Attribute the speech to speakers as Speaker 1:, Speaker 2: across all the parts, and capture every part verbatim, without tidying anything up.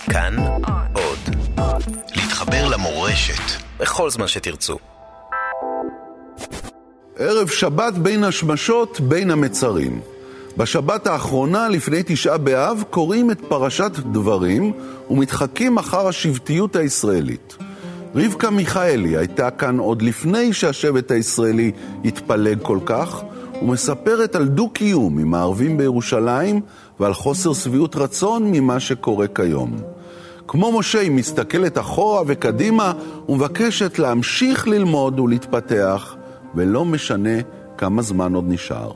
Speaker 1: כאן עוד. להתחבר למורשת בכל זמן שתרצו.
Speaker 2: ערב שבת בין השמשות, בין המצרים. בשבת האחרונה לפני תשעה באב קוראים את פרשת דברים ומתחקים אחר השבטיות הישראלית. רבקה מיכאלי הייתה כאן עוד לפני שהשבט הישראלי התפלג כל כך, ומספרת על דו-קיום עם הערבים בירושלים ועל חוסר שביעות רצון ממה שקורה כיום. כמו משה היא מסתכלת אחורה וקדימה ומבקשת להמשיך ללמוד ולהתפתח, ולא משנה כמה זמן עוד נשאר.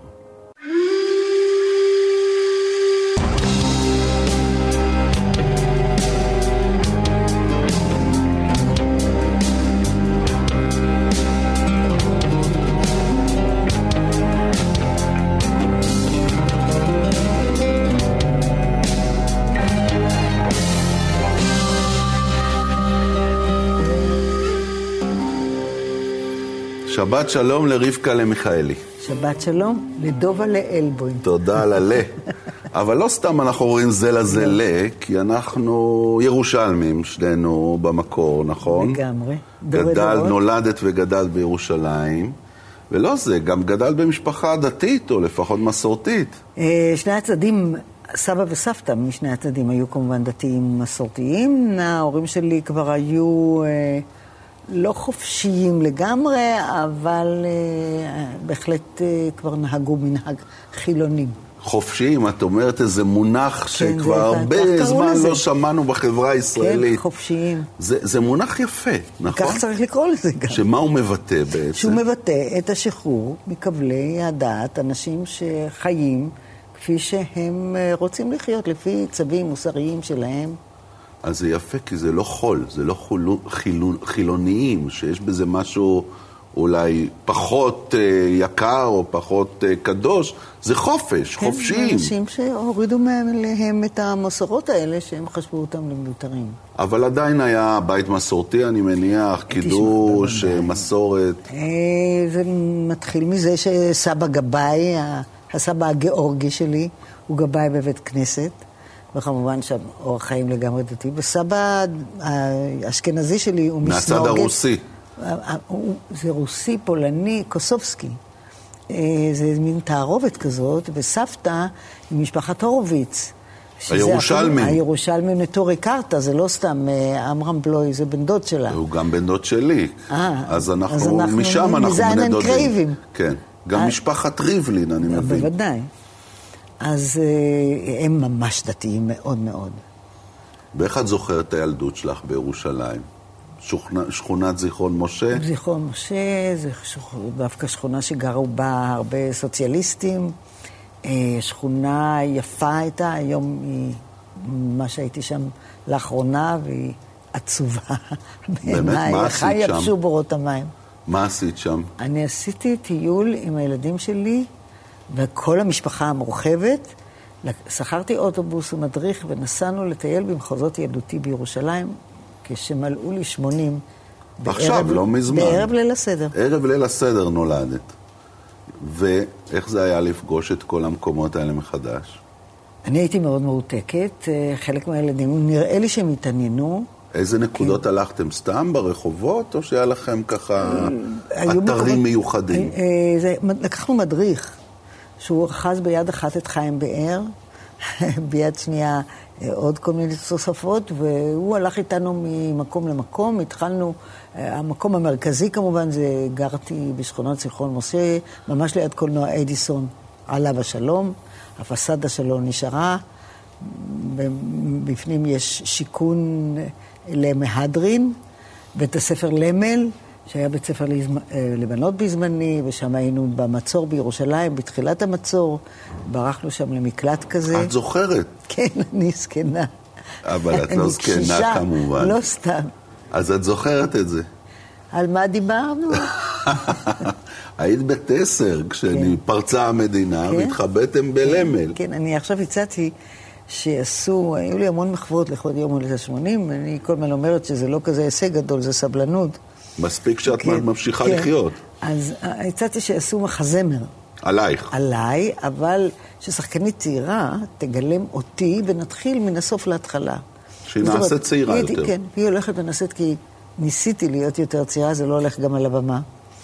Speaker 2: שבת שלום לרבקה למיכאלי.
Speaker 3: שבת שלום לדובה לאלבוים.
Speaker 2: תודה על הלה. אבל לא סתם אנחנו רואים זה לזה לה, כי אנחנו ירושלמים, שנינו במקור, נכון?
Speaker 3: לגמרי.
Speaker 2: גדל, נולדת וגדל בירושלים. ולא זה, גם גדל במשפחה דתית, או לפחות מסורתית.
Speaker 3: שני הצדדים, סבא וסבתא משני הצדדים היו כמובן דתיים מסורתיים. ההורים שלי כבר היו לא חופשיים לגמרי, אבל uh, בהחלט uh, כבר נהגו מנהג חילונים.
Speaker 2: חופשיים, את אומרת איזה מונח כן, שכבר הרבה זמן לא שמענו בחברה הישראלית.
Speaker 3: כן, חופשיים.
Speaker 2: זה, זה מונח יפה, נכון?
Speaker 3: כך צריך לקרוא לזה גם.
Speaker 2: שמה הוא מבטא בעצם?
Speaker 3: שהוא מבטא את השחרור מקבלי הדעת, אנשים שחיים כפי שהם רוצים לחיות, לפי צווים מוסריים שלהם.
Speaker 2: אז זה יפה, כי זה לא חול, זה לא חילו, חילו, חילוניים, שיש בזה משהו אולי פחות אה, יקר או פחות אה, קדוש, זה חופש, כן, חופשיים.
Speaker 3: כן, אנשים שהורידו מהם את המסורות האלה שהם חשבו אותם למיותרים.
Speaker 2: אבל עדיין היה בית מסורתי, אני מניח, קידוש, מסורת.
Speaker 3: אה, זה מתחיל מזה שסבא גבאי, הסבא הגאורגי שלי, הוא גבאי בבית כנסת. וכמובן שם אורח חיים לגמרי דתי. וסבא האשכנזי שלי הוא מסנוגת.
Speaker 2: מהצד הרוסי.
Speaker 3: זה רוסי, פולני, קוסובסקי. זה מין תערובת כזאת, וסבתא היא משפחת הורוביץ.
Speaker 2: הירושלמים.
Speaker 3: הירושלמים נטורי קרתא, זה לא סתם אמרם בלוי, זה בן דוד שלה.
Speaker 2: הוא גם בן דוד שלי. אז אנחנו, משם אנחנו
Speaker 3: בני דודים. קרייבים.
Speaker 2: כן, גם משפחת ריבלין, אני מבין.
Speaker 3: בוודאי. אז הם ממש דתיים מאוד מאוד.
Speaker 2: ואיך את זוכרת את הילדות שלך בירושלים? שכונה, שכונת זיכרון משה?
Speaker 3: זיכרון משה, זה דווקא שכונה שגרו בה הרבה סוציאליסטים. שכונה יפה הייתה, היום היא, מה שהייתי שם לאחרונה, והיא עצובה.
Speaker 2: באמת? מה עשית שם?
Speaker 3: יבשו בורות המים.
Speaker 2: מה עשית שם?
Speaker 3: אני עשיתי טיול עם הילדים שלי, וכל המשפחה המורחבת, שכרתי אוטובוס ומדריך ונסענו לטייל במחוזות ילדותי בירושלים, כשמלאו לי שמונים.
Speaker 2: עכשיו, בערב, לא מזמן.
Speaker 3: בערב ליל הסדר.
Speaker 2: ערב ליל הסדר נולדת. ואיך זה היה לפגוש את כל המקומות האלה מחדש?
Speaker 3: אני הייתי מאוד מעותקת. חלק מהילדים, נראה לי שהם התעניינו.
Speaker 2: איזה נקודות כן. הלכתם? סתם ברחובות, או שהיה לכם ככה אתרים מקומות... מיוחדים?
Speaker 3: זה, לקחנו מדריך. שהוא אחז ביד אחת את חיים באר, ביד שנייה עוד כל מיני תוספות, והוא הלך איתנו ממקום למקום. התחלנו, המקום המרכזי כמובן, זה גרתי בשכונות זיכרון משה, ממש ליד קולנוע אדיסון, עליו השלום, הפסדה שלו נשארה, בפנים יש שיכון למהדרין, בית הספר למל, שהיה בית ספר לבנות בזמני, ושם היינו במצור בירושלים, בתחילת המצור, ברחנו שם למקלט כזה.
Speaker 2: את זוכרת?
Speaker 3: כן, אני זקנה.
Speaker 2: אבל את לא זקנה כמובן.
Speaker 3: לא סתם.
Speaker 2: אז את זוכרת את זה.
Speaker 3: על מה דיברנו?
Speaker 2: היית בת עשר, כשפרצה המדינה, והתחבאתם בלמל.
Speaker 3: כן, אני עכשיו הצעתי שעשו, היו לי המון מחוות לכבוד יום הולדת השמונים, אני כל הזמן אומרת שזה לא כזה הישג גדול, זה סבלנות.
Speaker 2: מספיק שאת כן, ממשיכה כן. לחיות.
Speaker 3: אז הצעתי שעשו מחזמר.
Speaker 2: עלייך.
Speaker 3: עליי, אבל ששחקנית צעירה תגלם אותי ונתחיל מן הסוף להתחלה.
Speaker 2: שהיא נעשית צעירה
Speaker 3: הייתי,
Speaker 2: יותר.
Speaker 3: כן, היא הולכת ונעשית כי ניסיתי להיות יותר צעירה, זה לא הולך גם על הבמה.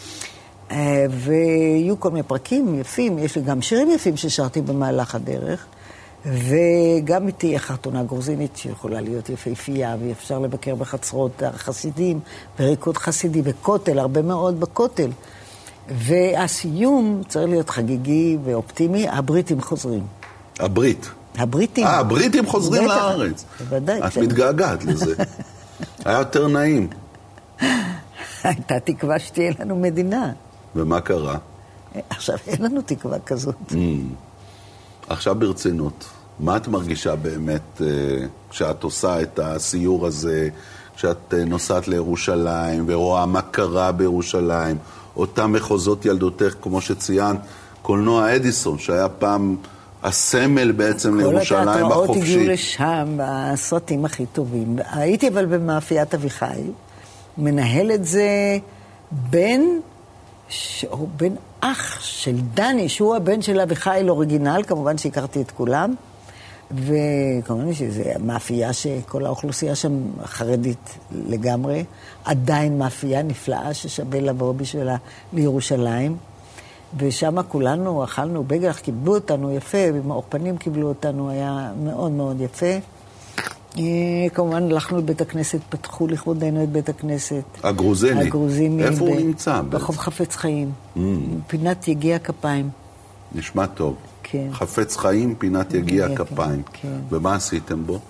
Speaker 3: ויהיו כל מיני פרקים יפים, יש לי גם שירים יפים ששרתי במהלך הדרך, וגם איתי החתונה גרוזינית שיכולה להיות יפהפייה, ואפשר לבקר בחצרות החסידים, בריקוד חסידי, וכותל, הרבה מאוד בכותל. והסיום צריך להיות חגיגי ואופטימי, הבריטים חוזרים.
Speaker 2: הברית.
Speaker 3: הבריטים.
Speaker 2: אה, הבריטים חוזרים בטח, לארץ.
Speaker 3: בוודאי.
Speaker 2: את מתגעגעת לזה. היה יותר נעים.
Speaker 3: הייתה תקווה שתהיה לנו מדינה.
Speaker 2: ומה קרה?
Speaker 3: עכשיו אין לנו תקווה כזאת. Mm.
Speaker 2: עכשיו ברצינות, מה את מרגישה באמת כשאת עושה את הסיור הזה, כשאת נוסעת לירושלים ורואה מה קרה בירושלים, אותם מחוזות ילדותך, כמו שציינת, קולנוע אדיסון, שהיה פעם הסמל בעצם לירושלים החופשית. כל התיאטראות
Speaker 3: הגיעו לשם, הסרטים הכי טובים. הייתי אבל במאפיית אביחי, מנהל את זה בן, ש... או בן אח של דני, שהוא הבן של אביחי אוריגינל, כמובן שהכרתי את כולם, וכמובן שזה מאפייה שכל האוכלוסייה שם חרדית לגמרי, עדיין מאפייה נפלאה ששווה לבוא בשבילה לירושלים, ושם כולנו אכלנו בגח, קיבלו אותנו יפה, במאור פנים קיבלו אותנו, היה מאוד מאוד יפה. כמובן הלכנו לבית הכנסת, פתחו לכבודנו את בית הכנסת.
Speaker 2: הגרוזיני.
Speaker 3: הגרוזיני.
Speaker 2: איפה הוא נמצא?
Speaker 3: ברחוב חפץ חיים. פינת יגיע כפיים.
Speaker 2: נשמע טוב.
Speaker 3: כן.
Speaker 2: חפץ חיים, פינת יגיע כפיים. כן. ומה עשיתם בו?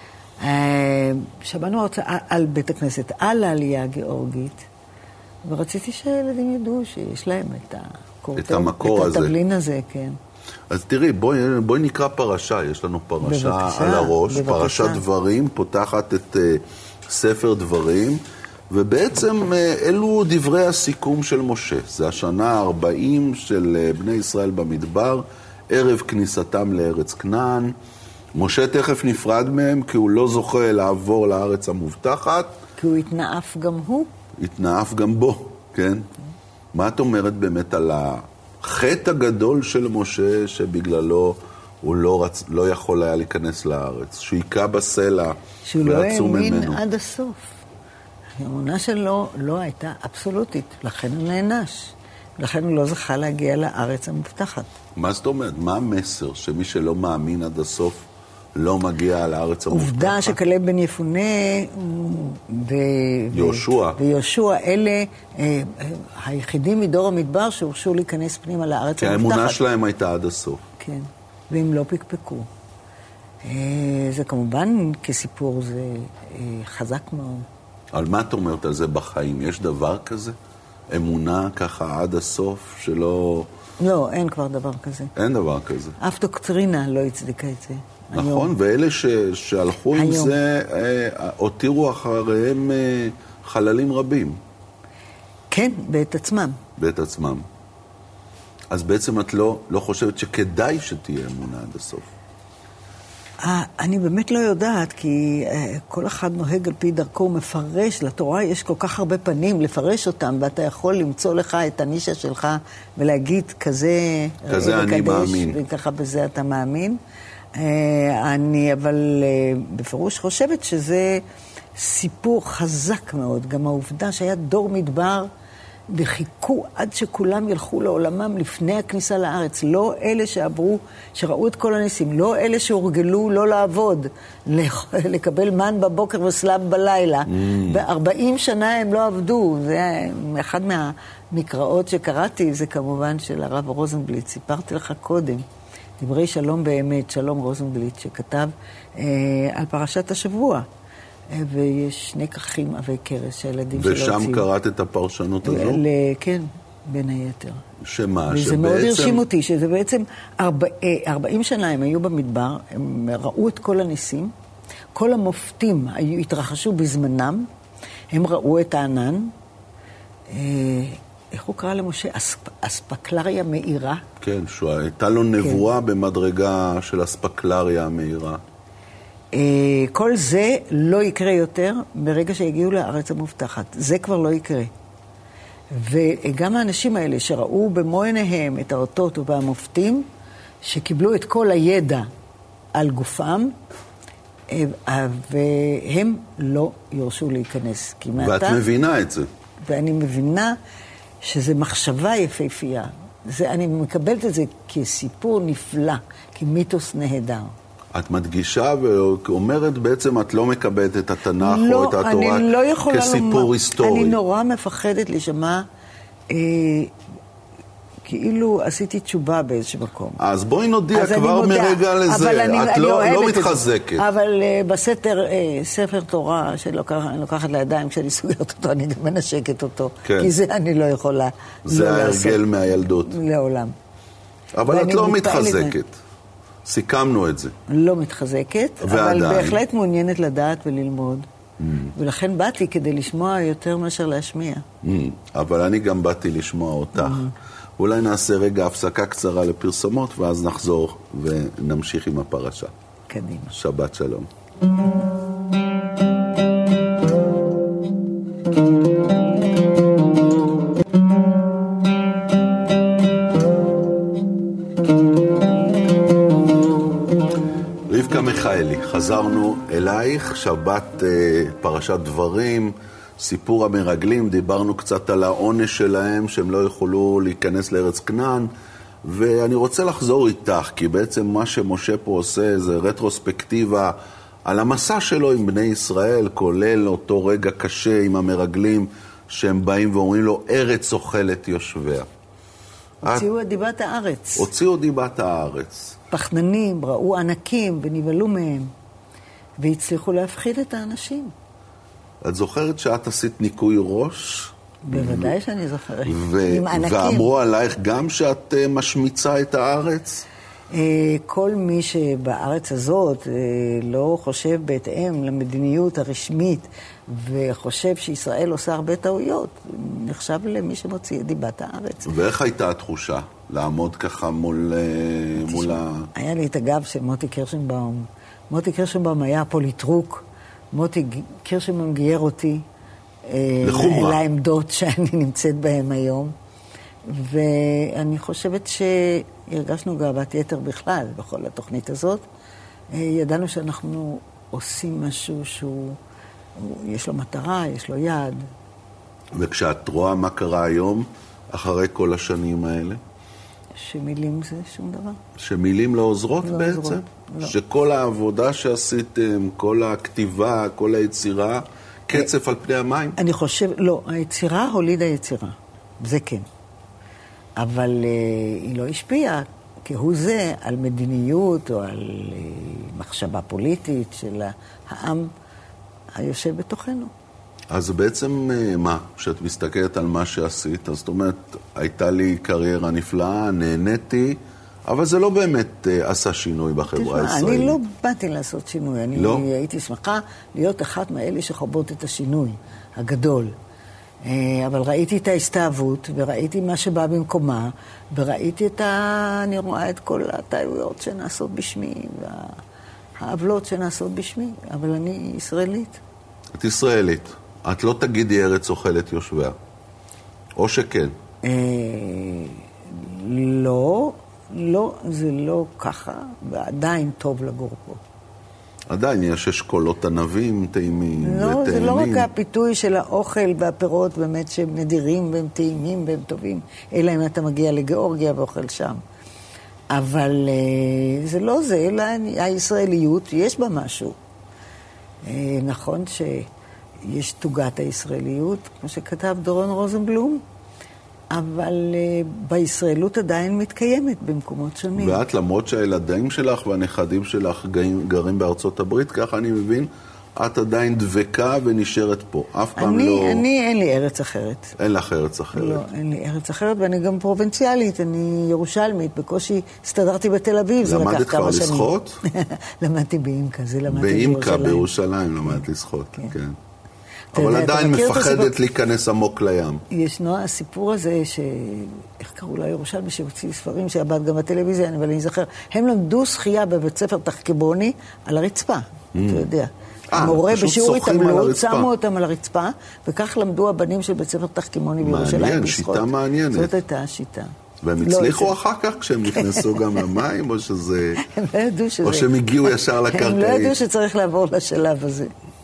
Speaker 3: שמענו הרצאה על בית הכנסת, על העלייה הגאורגית, ורציתי שהילדים ידעו שיש להם את הקורטל.
Speaker 2: את המקור הזה.
Speaker 3: את התבלין הזה, כן.
Speaker 2: אז תראי, בואי, בואי נקרא פרשה, יש לנו פרשה בבקשה, על הראש, בבקשה. פרשת דברים, פותחת את uh, ספר דברים, ובעצם uh, אלו דברי הסיכום של משה. זה השנה ה-ארבעים של uh, בני ישראל במדבר, ערב כניסתם לארץ כנען. משה תכף נפרד מהם, כי הוא לא זוכה לעבור לארץ המובטחת.
Speaker 3: כי הוא התנאף גם הוא.
Speaker 2: התנאף גם בו, כן? מה את אומרת באמת על ה... חטא הגדול של משה שבגללו הוא לא, רצ... לא יכול היה להיכנס לארץ, שהוא עיקה בסלע
Speaker 3: שהוא לא האמין עד הסוף. האמונה שלו לא הייתה אבסולוטית, לכן הוא נענש. לכן הוא לא זכה להגיע לארץ המובטחת.
Speaker 2: מה זאת אומרת? מה המסר שמי שלא מאמין עד הסוף לא מגיע לארץ המובטחת?
Speaker 3: עובדה שכלב בן יפונה ו...
Speaker 2: יהושע.
Speaker 3: ויהושע אלה אה, היחידים מדור המדבר שהורשו להיכנס פנימה לארץ המובטחת.
Speaker 2: כי האמונה שלהם הייתה עד הסוף.
Speaker 3: כן, והם לא פקפקו. אה, זה כמובן כסיפור זה אה, חזק מאוד.
Speaker 2: על מה את אומרת על זה בחיים? יש דבר כזה? אמונה ככה עד הסוף שלא...
Speaker 3: לא, אין כבר דבר כזה.
Speaker 2: אין דבר כזה.
Speaker 3: אף דוקטרינה לא הצדיקה את זה.
Speaker 2: נכון,
Speaker 3: היום.
Speaker 2: ואלה ש, שהלכו היום. עם זה, אה, הותירו אחריהם אה, חללים רבים.
Speaker 3: כן, בעת עצמם.
Speaker 2: בעת עצמם. אז בעצם את לא, לא חושבת שכדאי שתהיה אמונה עד הסוף.
Speaker 3: אה, אני באמת לא יודעת, כי אה, כל אחד נוהג על פי דרכו ומפרש. לתורה יש כל כך הרבה פנים לפרש אותם, ואתה יכול למצוא לך את הנישה שלך ולהגיד כזה...
Speaker 2: כזה אני מאמין.
Speaker 3: וככה בזה אתה מאמין. אני אבל בפירוש חושבת שזה סיפור חזק מאוד, גם העובדה שהיה דור מדבר וחיכו עד שכולם ילכו לעולמם לפני הכניסה לארץ, לא אלה שעברו, שראו את כל הניסים, לא אלה שהורגלו לא לעבוד, לקבל מן בבוקר וסלב בלילה, ב-ארבעים שנה הם לא עבדו. זה אחד מהמקראות שקראתי, זה כמובן של הרב רוזנבליט, סיפרתי לך קודם, דברי שלום באמת, שלום רוזנבליט, שכתב אה, על פרשת השבוע. אה, ויש שני ככים עבי קרס שהילדים שלו הוציאו. ושם
Speaker 2: קראת את הפרשנות הזו?
Speaker 3: ל- כן, בין היתר.
Speaker 2: שמה?
Speaker 3: וזה
Speaker 2: שבעצם...
Speaker 3: מאוד הרשים אותי, שזה בעצם ארבע, ארבעים שנה הם היו במדבר, הם ראו את כל הניסים, כל המופתים היו, התרחשו בזמנם, הם ראו את הענן, אה, איך הוא קרא למשה? אספ... אספקלריה מאירה.
Speaker 2: כן, שהייתה לו נבואה כן. במדרגה של אספקלריה המאירה.
Speaker 3: כל זה לא יקרה יותר ברגע שיגיעו לארץ המובטחת. זה כבר לא יקרה. וגם האנשים האלה שראו במו עיניהם את האותות ובמופתים, שקיבלו את כל הידע על גופם, והם לא יורשו להיכנס.
Speaker 2: ואת מבינה את זה.
Speaker 3: ואני מבינה שזה מחשבה יפהפייה. זה, אני מקבלת את זה כסיפור נפלא, כמיתוס נהדר.
Speaker 2: את מדגישה ואומרת בעצם את לא מקבלת את התנ"ך
Speaker 3: לא,
Speaker 2: או את התורה
Speaker 3: לא
Speaker 2: כסיפור
Speaker 3: לומר,
Speaker 2: היסטורי.
Speaker 3: אני נורא מפחדת לשמע אה, כאילו עשיתי תשובה באיזשהו מקום.
Speaker 2: אז בואי נודיע כבר מרגע לזה,
Speaker 3: אני,
Speaker 2: את
Speaker 3: אני
Speaker 2: לא, לא מתחזקת.
Speaker 3: אבל uh, בסתר, uh, ספר תורה שאני לוקחת לידיים, כשאני סוגרת אותו, אני גם מנשקת אותו. כן. כי זה אני לא יכולה
Speaker 2: זה
Speaker 3: לא
Speaker 2: ההרגל מהילדות.
Speaker 3: לעולם.
Speaker 2: אבל את לא מתחזקת. סיכמנו את זה.
Speaker 3: לא מתחזקת,
Speaker 2: ועדיין.
Speaker 3: אבל בהחלט מעוניינת לדעת וללמוד. Mm. ולכן באתי כדי לשמוע יותר מאשר להשמיע.
Speaker 2: Mm. אבל אני גם באתי לשמוע אותך. Mm. אולי נעשה רגע הפסקה קצרה לפרסומות, ואז נחזור ונמשיך עם הפרשה.
Speaker 3: קדימה.
Speaker 2: שבת שלום. רבקה מיכאלי, חזרנו אלייך, שבת פרשת דברים, סיפור המרגלים, דיברנו קצת על העונש שלהם, שהם לא יכולו להיכנס לארץ כנען, ואני רוצה לחזור איתך, כי בעצם מה שמשה פה עושה זה רטרוספקטיבה על המסע שלו עם בני ישראל, כולל אותו רגע קשה עם המרגלים, שהם באים ואומרים לו, ארץ אוכלת יושביה.
Speaker 3: הוציאו את דיבת הארץ.
Speaker 2: הוציאו דיבת הארץ.
Speaker 3: פחדנים, ראו ענקים ונבהלו מהם, והצליחו להפחיד את האנשים.
Speaker 2: את זוכרת שאת עשית ניקוי ראש?
Speaker 3: בוודאי שאני זוכרת.
Speaker 2: ו- עם ענקים. ואמרו עלייך גם שאת uh, משמיצה את הארץ?
Speaker 3: Uh, כל מי שבארץ הזאת uh, לא חושב בהתאם למדיניות הרשמית, וחושב שישראל עושה הרבה טעויות, נחשב למי שמוציא את דיבת הארץ.
Speaker 2: ואיך הייתה התחושה? לעמוד ככה מול, מול ה...
Speaker 3: היה לי את הגב של מוטי קירשנבאום. מוטי קירשנבאום היה פוליטרוק. מוטי קירשנבאום גייר אותי.
Speaker 2: לחומרה.
Speaker 3: לעמדות שאני נמצאת בהן היום. ואני חושבת שהרגשנו גאוות יתר בכלל בכל התוכנית הזאת. ידענו שאנחנו עושים משהו שהוא... יש לו מטרה, יש לו יעד.
Speaker 2: וכשאת רואה מה קרה היום, אחרי כל השנים האלה?
Speaker 3: שמילים זה שום דבר.
Speaker 2: שמילים לא עוזרות לא בעצם? עוזרות, לא. שכל העבודה שעשיתם, כל הכתיבה, כל היצירה, קצף על פני המים?
Speaker 3: אני חושב, לא, היצירה הולידה יצירה. זה כן. אבל uh, היא לא השפיעה כהוא זה על מדיניות או על uh, מחשבה פוליטית של העם היושב בתוכנו.
Speaker 2: אז בעצם מה? כשאת מסתכלת על מה שעשית, אז זאת אומרת, הייתה לי קריירה נפלאה, נהניתי, אבל זה לא באמת עשה שינוי בחברה הישראלית.
Speaker 3: אני לא באתי לעשות שינוי, אני
Speaker 2: לא?
Speaker 3: הייתי שמחה להיות אחת מאלה שחוות את השינוי הגדול. אבל ראיתי את ההסתאבות, וראיתי מה שבא במקומה, וראיתי את ה... אני רואה את כל הטעויות שנעשות בשמי, והעוולות שנעשות בשמי, אבל אני ישראלית.
Speaker 2: את ישראלית. את לא תגידי ארץ אוכלת יושביה. או שכן.
Speaker 3: לא, לא, זה לא ככה, ועדיין טוב לגור פה.
Speaker 2: עדיין יש אשכולות ענבים, טעימים
Speaker 3: לא,
Speaker 2: וטעימים.
Speaker 3: זה לא רק הפיתוי של האוכל והפירות, באמת שהם נדירים והם טעימים והם טובים, אלא אם אתה מגיע לגאורגיה ואוכל שם. אבל זה לא זה, אלא הישראליות, יש בה משהו. נכון שיש תוגת הישראליות, כמו שכתב דורון רוזנבלום, אבל uh, בישראלות עדיין מתקיימת במקומות שונים.
Speaker 2: ואת, למרות שהילדים שלך והנכדים שלך גרים, גרים בארצות הברית, ככה אני מבין, את עדיין דבקה ונשארת פה. אף פעם
Speaker 3: אני,
Speaker 2: לא...
Speaker 3: אני, אין לי ארץ אחרת.
Speaker 2: אין לך ארץ אחרת.
Speaker 3: לא, אין לי ארץ אחרת, ואני גם פרובינציאלית, אני ירושלמית, בקושי הסתדרתי בתל אביב, זה לקח כמה שנים.
Speaker 2: למדת כבר לשחות?
Speaker 3: למדתי באימקה, זה למדתי
Speaker 2: בירושלים.
Speaker 3: באימקה
Speaker 2: בירושלים למדת לשחות, כן. כן. אבל עדיין מפחדת להיכנס עמוק לים.
Speaker 3: ישנו הסיפור הזה, ש... איך קראו לה ירושלמי, שהוציא ספרים שעבד גם בטלוויזיה, אבל אני זוכר, הם למדו שחייה בבית ספר תחקיבוני על הרצפה, אתה יודע. המורה בשיעור התעמלות, שמו אותם על הרצפה, וכך למדו הבנים של בית ספר תחקימוני בירושלים.
Speaker 2: מעניין, שיטה מעניינת.
Speaker 3: זאת הייתה השיטה.
Speaker 2: והם הצליחו אחר כך כשהם נכנסו גם למים, או שזה...
Speaker 3: הם לא ידעו שזה...
Speaker 2: או שהם הגיעו ישר לקרקעית.
Speaker 3: הם לא ידעו שצריך לעבור לשלב הזה.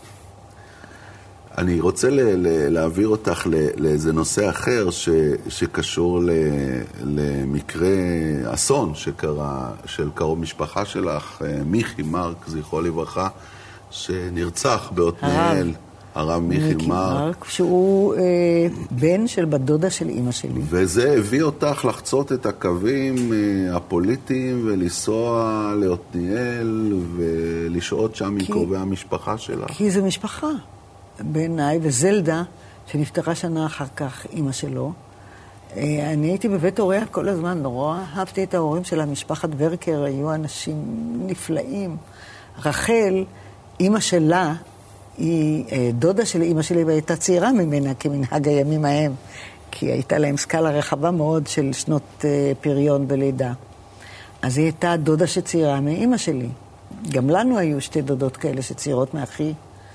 Speaker 2: אני רוצה ל- ל- להעביר אותך ל- לאיזה נושא אחר ש- שקשור ל- למקרה אסון שקרה, של קרוב משפחה שלך, מיכי מרק, זכרו לברכה, שנרצח בעתניאל, הרב מיכי מרק. מרק,
Speaker 3: שהוא אה, בן של בת דודה של אמא שלי.
Speaker 2: וזה הביא אותך לחצות את הקווים אה, הפוליטיים ולנסוע לעתניאל ולשעות שם כי, עם קרובי המשפחה שלך.
Speaker 3: כי זה משפחה. בעיניי, וזלדה, שנפטרה שנה אחר כך, אמא שלו. אני הייתי בבית הוריה כל הזמן, נורא אהבתי את ההורים של המשפחת ורקר, היו אנשים נפלאים. רחל, אמא שלה, היא דודה של אמא שלי, והייתה צעירה ממנה כמנהג הימים ההם, כי הייתה להם סקאלה רחבה מאוד של שנות פריון ולידה. אז היא הייתה דודה שצעירה מאמא שלי. גם לנו היו שתי דודות כאלה שצעירות מאחי.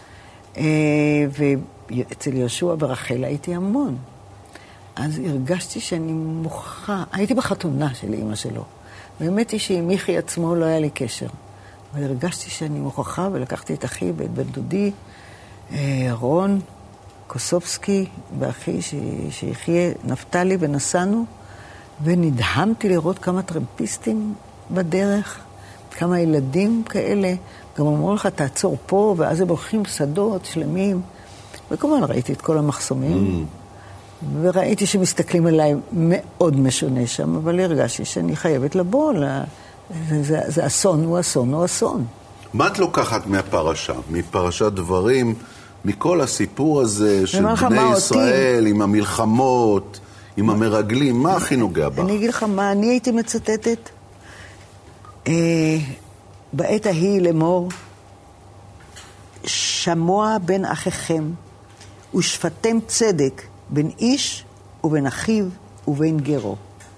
Speaker 3: ואצל יהושע ורחל הייתי המון. אז הרגשתי שאני מוכרחה, הייתי בחתונה של אמא שלו. באמת היא שעם מיכי עצמו לא היה לי קשר. אבל הרגשתי שאני מוכרחה, ולקחתי את אחי ואת בן דודי, רון קוסובסקי, ואחי שיחיה נפתלי, ונסענו, ונדהמתי לראות כמה טרמפיסטים בדרך, כמה ילדים כאלה, גם אמרו לך, תעצור פה, ואז הם הולכים שדות שלמים. וכמובן ראיתי את כל המחסומים, mm. וראיתי שמסתכלים עליי מאוד משונה שם, אבל הרגשתי שאני חייבת לבוא. לה... זה, זה, זה אסון, הוא אסון, הוא אסון.
Speaker 2: מה את לוקחת מהפרשה? מפרשת דברים, מכל הסיפור הזה של בני ישראל, אותי. עם המלחמות, עם מה? המרגלים, מה הכי נוגע בה?
Speaker 3: אני אגיד לך מה, אני הייתי מצטטת... אה... בעת ההיא לאמור, שמוע בין אחיכם, ושפטם צדק בין איש ובין אחיו ובין גרו.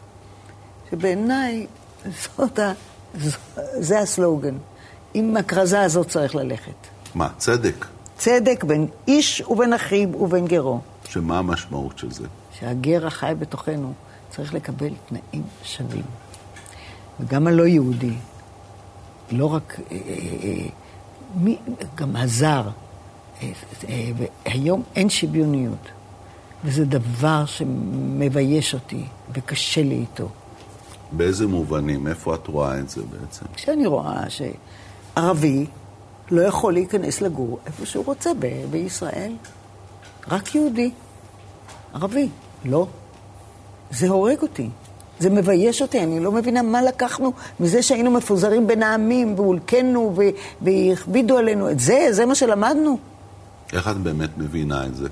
Speaker 3: שבעיניי, זאת ה... זה הסלוגן. עם הכרזה הזאת צריך ללכת.
Speaker 2: מה, צדק?
Speaker 3: צדק בין איש ובין אחיו ובין גרו.
Speaker 2: שמה המשמעות של זה?
Speaker 3: שהגר החי בתוכנו צריך לקבל תנאים שווים. וגם הלא יהודי. לא רק, אה, אה, מי, גם הזר. אה, אה, והיום אין שוויוניות. וזה דבר שמבייש אותי וקשה לי איתו.
Speaker 2: באיזה מובנים? איפה את רואה את זה בעצם?
Speaker 3: כשאני רואה שערבי לא יכול להיכנס לגור איפה שהוא רוצה ב- בישראל. רק יהודי. ערבי. לא. זה הורג אותי. זה מבייש אותי, אני לא מבינה מה לקחנו מזה שהיינו מפוזרים בין העמים, והולכנו והכבידו עלינו. את זה, זה מה שלמדנו.
Speaker 2: איך את באמת מבינה את זה?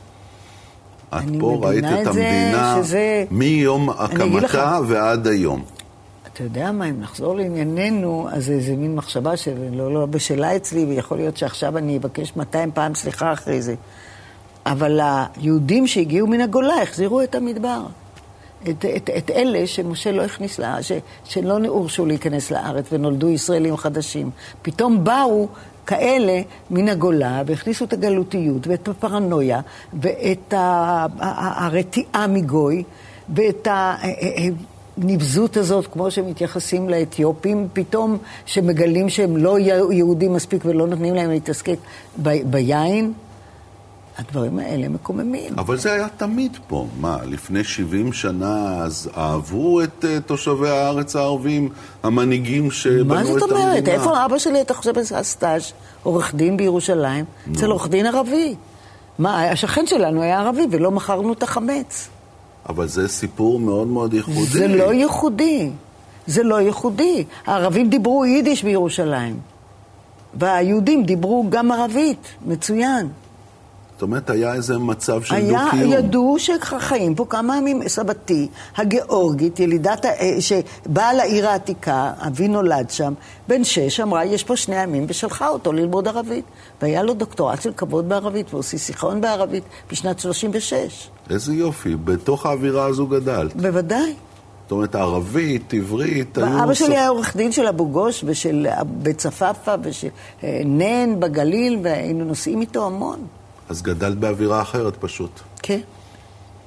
Speaker 2: את פה ראית את המדינה שזה... מיום הקמתה ועד היום.
Speaker 3: אתה יודע מה, אם נחזור לענייננו, אז זה, זה מין מחשבה שלא לא בשלה אצלי, ויכול להיות שעכשיו אני אבקש מאתיים פעם סליחה אחרי זה. אבל היהודים שהגיעו מן הגולה החזירו את המדבר. את, את, את אלה שמשה לא הכניס לה, ש, שלא נאורשו להיכנס לארץ ונולדו ישראלים חדשים. פתאום באו כאלה מן הגולה והכניסו את הגלותיות ואת הפרנויה ואת הרתיעה מגוי ואת הנבזות הזאת כמו שמתייחסים לאתיופים, פתאום שמגלים שהם לא יהודים מספיק ולא נותנים להם להתעסק ב, ביין. הדברים האלה מקוממים.
Speaker 2: אבל זה היה תמיד פה. מה, לפני שבעים שנה אז אהבו את uh, תושבי הארץ הערבים, המנהיגים שבנו את המדינה?
Speaker 3: מה זאת אומרת? איפה אבא שלי, אתה חושב, עשה סטאז' עורך דין בירושלים? אצל עורך דין ערבי. מה, השכן שלנו היה ערבי ולא מכרנו את החמץ.
Speaker 2: אבל זה סיפור מאוד מאוד ייחודי.
Speaker 3: זה לא ייחודי. זה לא ייחודי. הערבים דיברו יידיש בירושלים. והיהודים דיברו גם ערבית. מצוין.
Speaker 2: זאת אומרת, היה איזה מצב של
Speaker 3: היה,
Speaker 2: דו-קיום.
Speaker 3: ידעו שחיים פה כמה ימים, סבתי, הגיאורגית, ילידת, שבאה לעיר העתיקה, אבי נולד שם, בן שש, אמרה, יש פה שני ימים, ושלחה אותו ללמוד ערבית. והיה לו דוקטורט של כבוד בערבית, ועושה שיחון בערבית בשנת שלושים ושש.
Speaker 2: איזה יופי, בתוך האווירה הזו גדלת.
Speaker 3: בוודאי.
Speaker 2: זאת אומרת, ערבית, עברית, היו...
Speaker 3: אבא שלי היה עורך דין של אבו גוש, ושל בית צפאפא, ושל נן בגליל, והיינו נוסעים איתו המון.
Speaker 2: אז גדלת באווירה אחרת פשוט.
Speaker 3: כן.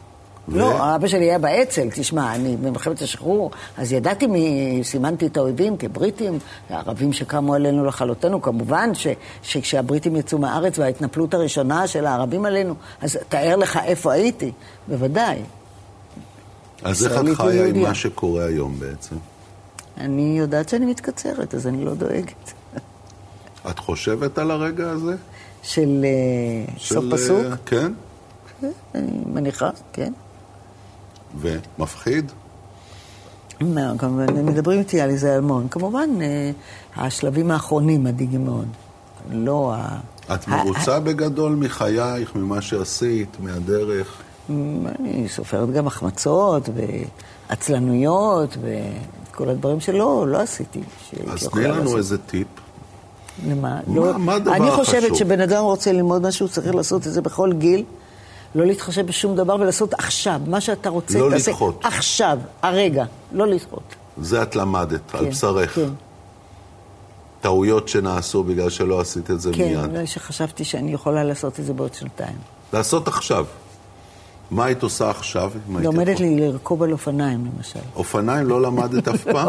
Speaker 3: לא, אבא שלי היה באצ"ל, תשמע, אני במלחמת השחרור, אז ידעתי מי, סימנתי את האויבים כבריטים, הערבים שקמו עלינו לכלותנו, כמובן שכשהבריטים יצאו מהארץ וההתנפלות הראשונה של הערבים עלינו, אז תאר לך איפה הייתי, בוודאי.
Speaker 2: אז איך את חיה עם מה שקורה היום בעצם?
Speaker 3: אני יודעת שאני מתקצרת, אז אני לא דואגת.
Speaker 2: את חושבת על הרגע הזה?
Speaker 3: של סוף פסוק?
Speaker 2: כן.
Speaker 3: אני מניחה, כן.
Speaker 2: ומפחיד?
Speaker 3: כמובן, מדברים איתי על איזה המון. כמובן, השלבים האחרונים מדאיגים מאוד. לא ה...
Speaker 2: את מרוצה בגדול מחייך, ממה שעשית, מהדרך?
Speaker 3: אני סופרת גם החמצות ועצלנויות וכל הדברים שלא, לא עשיתי.
Speaker 2: אז תני לנו איזה טיפ.
Speaker 3: למה?
Speaker 2: מה הדבר החשוב?
Speaker 3: אני חושבת שבן אדם רוצה ללמוד משהו, צריך לעשות את זה בכל גיל. לא להתחשב בשום דבר ולעשות עכשיו. מה שאתה רוצה,
Speaker 2: לא
Speaker 3: תעשה
Speaker 2: לדחות.
Speaker 3: עכשיו, הרגע, לא לדחות.
Speaker 2: זה את למדת,
Speaker 3: כן,
Speaker 2: על בשרך.
Speaker 3: כן.
Speaker 2: טעויות שנעשו בגלל שלא עשית את זה
Speaker 3: כן,
Speaker 2: מיד.
Speaker 3: כן, שחשבתי שאני יכולה לעשות את זה בעוד שנתיים.
Speaker 2: לעשות עכשיו. מה היית עושה עכשיו?
Speaker 3: לומדת לי לרכוב על אופניים, למשל.
Speaker 2: אופניים לא למדת אף פעם?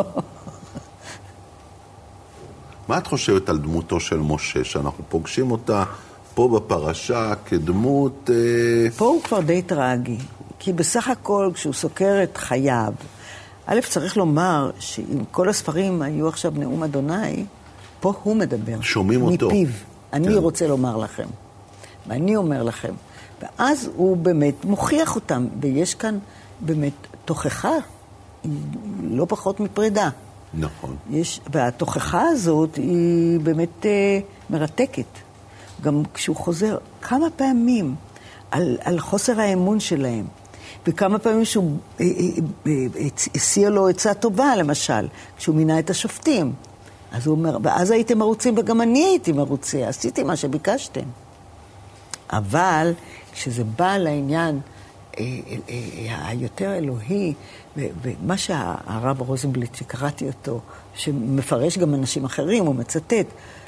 Speaker 2: מה את חושבת על דמותו של משה, שאנחנו פוגשים אותה פה בפרשה כדמות...
Speaker 3: פה הוא כבר די טרגי, כי בסך הכל כשהוא סוקר את חייו, א' צריך לומר שאם כל הספרים היו עכשיו נאום אדוני, פה הוא מדבר.
Speaker 2: שומעים אותו.
Speaker 3: מפיו. אני
Speaker 2: כן.
Speaker 3: רוצה לומר לכם. ואני אומר לכם. ואז הוא באמת מוכיח אותם, ויש כאן באמת תוכחה, לא פחות מפרידה.
Speaker 2: נכון.
Speaker 3: יש, והתוכחה הזאת היא באמת אה, מרתקת. גם כשהוא חוזר כמה פעמים על, על חוסר האמון שלהם, וכמה פעמים שהוא אה, אה, אה, הציע לו עצה טובה, למשל, כשהוא מינה את השופטים. אז הוא אומר, ואז הייתם מרוצים וגם אני הייתי מרוצה, עשיתי מה שביקשתם. אבל כשזה בא לעניין אה, אה, אה, היותר אלוהי, ומה שהרב רוזנבליט, שקראתי אותו, שמפרש גם אנשים אחרים, הוא מצטט,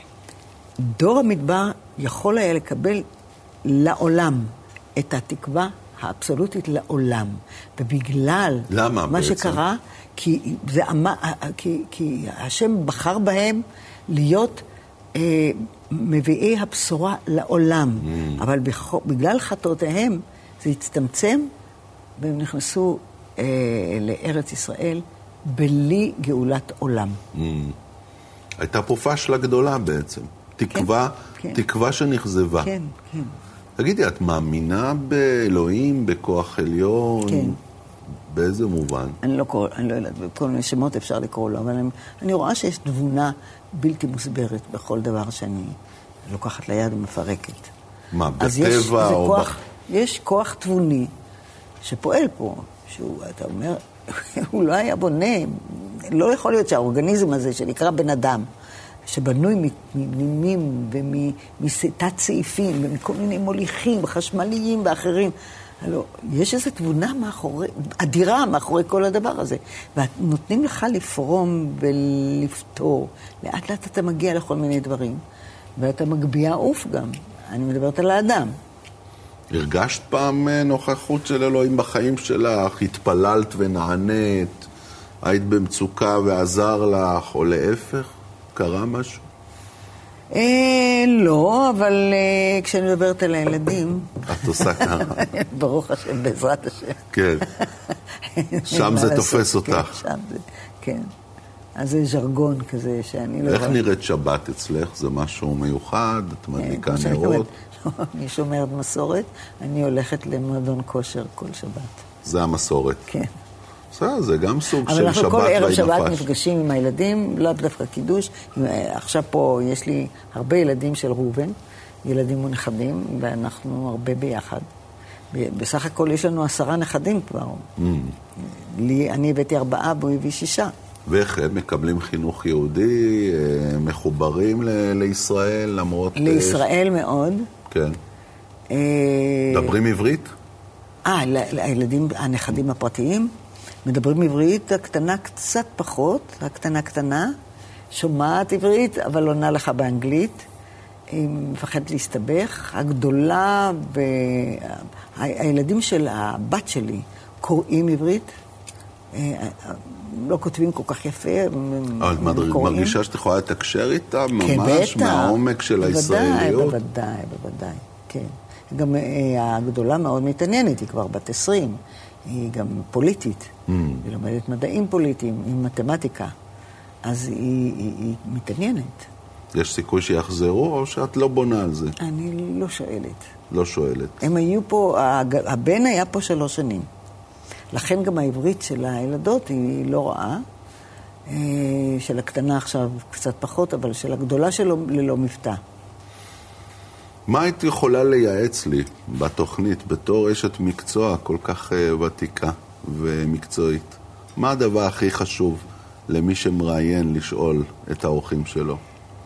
Speaker 3: דור המדבר יכול היה לקבל לעולם את התקווה האבסולוטית לעולם. ובגלל
Speaker 2: למה
Speaker 3: מה
Speaker 2: בעצם?
Speaker 3: שקרה, כי, זה, כי, כי השם בחר בהם להיות אה, מביאי הבשורה לעולם. Mm. אבל בגלל חטאותיהם זה הצטמצם, והם נכנסו אה, לארץ ישראל בלי גאולת עולם.
Speaker 2: Mm. הייתה פה פשלה גדולה בעצם. תקווה,
Speaker 3: כן,
Speaker 2: תקווה שנחזבה.
Speaker 3: כן, כן.
Speaker 2: תגידי, את מאמינה באלוהים, בכוח עליון?
Speaker 3: כן.
Speaker 2: באיזה מובן?
Speaker 3: אני לא קורא, אני לא יודעת, בכל מיני שמות אפשר לקרוא לו, אבל אני, אני רואה שיש תבונה בלתי מוסברת בכל דבר שאני לוקחת ליד ומפרקת.
Speaker 2: מה,
Speaker 3: אז יש,
Speaker 2: בטבע או...
Speaker 3: כוח,
Speaker 2: בח...
Speaker 3: יש כוח תבוני שפועל פה, שהוא, אתה אומר, הוא לא היה בונה, לא יכול להיות שהאורגניזם הזה שנקרא בן אדם, שבנוי מפנימים ומתת סעיפים ומכל מיני מוליכים חשמליים ואחרים. הלוא, יש איזו תבונה מאחורי, אדירה מאחורי כל הדבר הזה. ונותנים לך לפרום ולפתור. לאט לאט אתה מגיע לכל מיני דברים. ואתה מגביה עוף גם. אני מדברת על האדם.
Speaker 2: הרגשת פעם נוכחות של אלוהים בחיים שלך? התפללת ונענית? היית במצוקה ועזר לך? או להפך? קרה משהו?
Speaker 3: אה, לא, אבל אה, כשאני מדברת על הילדים...
Speaker 2: את עושה ככה.
Speaker 3: ברוך השם, בעזרת השם.
Speaker 2: כן. שם זה תופס אותך.
Speaker 3: כן, שם זה, כן. אז זה ז'רגון כזה שאני לא...
Speaker 2: איך נראית שבת אצלך? זה משהו מיוחד? את מדליקה נרות?
Speaker 3: אני שומרת מסורת, אני הולכת למועדון כושר כל שבת.
Speaker 2: זה המסורת.
Speaker 3: כן.
Speaker 2: זה, זה גם סוג של שבת
Speaker 3: אבל אנחנו כל ערב שבת
Speaker 2: נפש.
Speaker 3: נפגשים עם הילדים, לא דווקא קידוש. עכשיו פה יש לי הרבה ילדים של ראובן, ילדים ונכדים, ואנחנו הרבה ביחד. בסך הכל יש לנו עשרה נכדים כבר. Mm. לי, אני הבאתי ארבעה, והוא הביא שישה.
Speaker 2: ואיך הם מקבלים חינוך יהודי, מחוברים ל- לישראל, למרות...
Speaker 3: לישראל מאוד.
Speaker 2: כן. מדברים עברית?
Speaker 3: אה, הילדים, הנכדים הפרטיים, מדברים עברית, הקטנה קצת פחות, הקטנה קטנה, שומעת עברית, אבל עונה לך באנגלית. היא מפחדת להסתבך. הגדולה, והילדים של הבת שלי קוראים עברית, לא כותבים כל כך יפה,
Speaker 2: אבל את מרגישה שאת יכולה לתקשר איתה ממש מהעומק של הישראליות?
Speaker 3: בוודאי, בוודאי, כן. גם הגדולה מאוד מתעניינת, היא כבר בת עשרים, היא גם פוליטית, היא לומדת מדעים פוליטיים, היא מתמטיקה, אז היא, היא, היא מתעניינת.
Speaker 2: יש סיכוי שיחזרו או שאת לא בונה על זה?
Speaker 3: אני לא שואלת.
Speaker 2: לא שואלת.
Speaker 3: הם היו פה, הבן היה פה שלוש שנים. לכן גם העברית של הילדות היא לא רעה, של הקטנה עכשיו קצת פחות, אבל של הגדולה שלו ללא מבטא.
Speaker 2: מה היית יכולה לייעץ לי בתוכנית, בתור אשת מקצוע כל כך ותיקה ומקצועית? מה הדבר הכי חשוב למי שמראיין לשאול את האורחים שלו?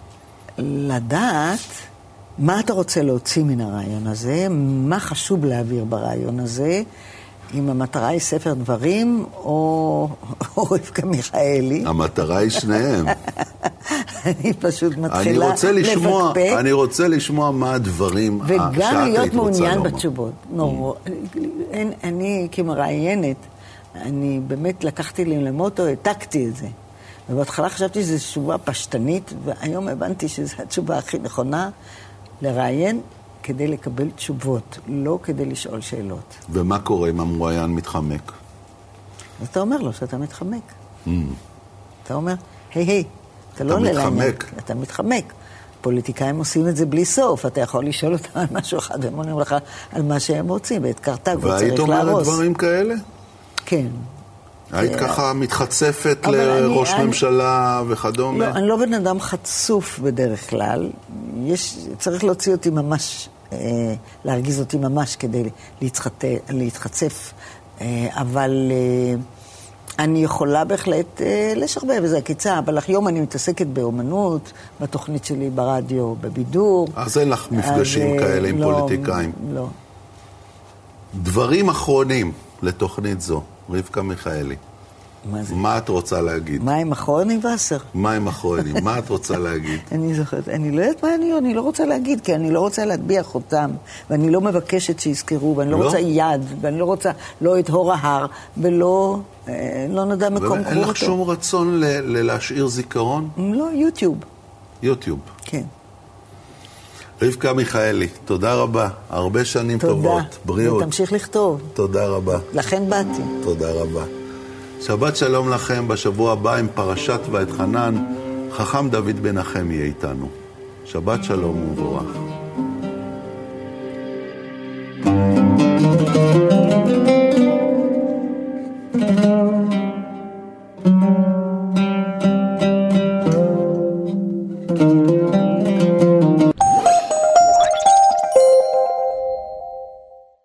Speaker 3: לדעת מה אתה רוצה להוציא מן הרעיון הזה, מה חשוב להעביר ברעיון הזה, אם המטרה היא ספר דברים או, או רבקה מיכאלי.
Speaker 2: המטרה היא שניהם.
Speaker 3: אני פשוט מתחילה
Speaker 2: אני רוצה לשמוע,
Speaker 3: לפקפק.
Speaker 2: אני רוצה לשמוע מה הדברים שאת היית רוצה לומר.
Speaker 3: וגם להיות מעוניין בתשובות. נורא. אין, אני כמראיינת, אני באמת לקחתי לי למוטו, העתקתי את זה. ובהתחלה חשבתי שזו תשובה פשטנית, והיום הבנתי שזו התשובה הכי נכונה לראיין כדי לקבל תשובות, לא כדי לשאול שאלות.
Speaker 2: ומה קורה אם המרואיין מתחמק?
Speaker 3: אז אתה אומר לו שאתה מתחמק. Mm. אתה אומר, היי היי, אתה לא עולה לעניין. אתה מתחמק. פוליטיקאים עושים את זה בלי סוף. אתה יכול לשאול אותם על משהו אחד, והם עונים לך על מה שהם רוצים, ואת קרתג הוא צריך להרוס.
Speaker 2: והיית אומרת דברים כאלה?
Speaker 3: כן.
Speaker 2: היית ככה מתחצפת לראש ממשלה וכדומה?
Speaker 3: לא, אני לא בן אדם חצוף בדרך כלל. יש, צריך להוציא אותי ממש, להרגיז אותי ממש כדי להתחצף. אבל אני יכולה בהחלט לשחבב איזה עקיצה, אבל היום אני מתעסקת באומנות, בתוכנית שלי ברדיו, בבידור.
Speaker 2: אז אין לך מפגשים כאלה עם פוליטיקאים?
Speaker 3: לא.
Speaker 2: דברים אחרונים לתוכנית זו. רבקה מיכאלי.
Speaker 3: מה זה?
Speaker 2: מה את רוצה להגיד?
Speaker 3: מה עם אחרונים ועשר?
Speaker 2: מה עם אחרונים? מה את רוצה להגיד?
Speaker 3: אני זוכרת, אני לא יודעת מה אני, אני לא רוצה להגיד, כי אני לא רוצה להטביע חותם, ואני לא מבקשת שיזכרו, ואני לא, לא? רוצה יד, ואני לא רוצה לא את הור ההר, ולא לא נדע מקום קרוב אותו.
Speaker 2: אין לך שום רצון ל- ל- להשאיר זיכרון?
Speaker 3: לא, יוטיוב.
Speaker 2: יוטיוב.
Speaker 3: כן.
Speaker 2: רבקה מיכאלי, תודה רבה. הרבה שנים
Speaker 3: תודה.
Speaker 2: טובות. בריאות.
Speaker 3: ותמשיך לכתוב.
Speaker 2: תודה רבה.
Speaker 3: לכן באתי.
Speaker 2: תודה רבה. שבת שלום לכם. בשבוע הבא עם פרשת ואתחנן, חכם דוד בן נחם יהיה איתנו. שבת שלום ומבורך.